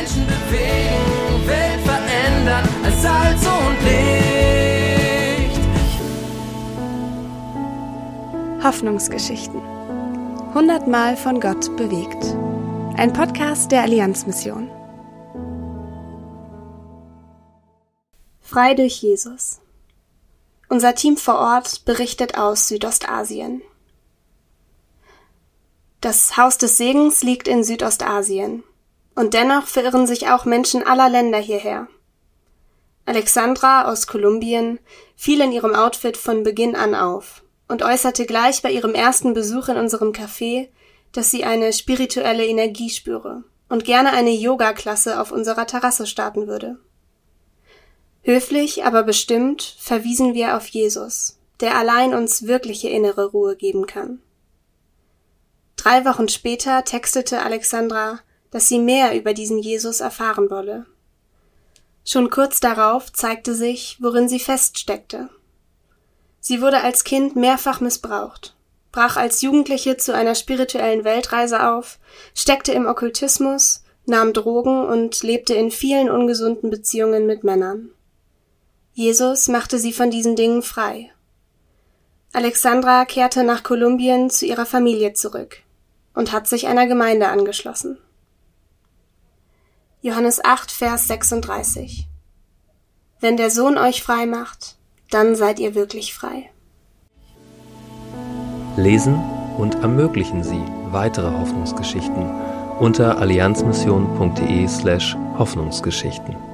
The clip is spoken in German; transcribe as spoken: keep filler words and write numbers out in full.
Menschen bewegen, Welt verändern, als Salz und Licht. Hoffnungsgeschichten. Hundertmal von Gott bewegt. Ein Podcast der Allianzmission. Frei durch Jesus. Unser Team vor Ort berichtet aus Südostasien. Das Haus des Segens liegt in Südostasien. Und dennoch verirren sich auch Menschen aller Länder hierher. Alexandra aus Kolumbien fiel in ihrem Outfit von Beginn an auf und äußerte gleich bei ihrem ersten Besuch in unserem Café, dass sie eine spirituelle Energie spüre und gerne eine Yoga-Klasse auf unserer Terrasse starten würde. Höflich, aber bestimmt verwiesen wir auf Jesus, der allein uns wirkliche innere Ruhe geben kann. Drei Wochen später textete Alexandra, dass sie mehr über diesen Jesus erfahren wolle. Schon kurz darauf zeigte sich, worin sie feststeckte. Sie wurde als Kind mehrfach missbraucht, brach als Jugendliche zu einer spirituellen Weltreise auf, steckte im Okkultismus, nahm Drogen und lebte in vielen ungesunden Beziehungen mit Männern. Jesus machte sie von diesen Dingen frei. Alexandra kehrte nach Kolumbien zu ihrer Familie zurück und hat sich einer Gemeinde angeschlossen. Johannes acht, Vers sechsunddreißig. Wenn der Sohn euch frei macht, dann seid ihr wirklich frei. Lesen und ermöglichen Sie weitere Hoffnungsgeschichten unter allianzmission punkt de slash Hoffnungsgeschichten.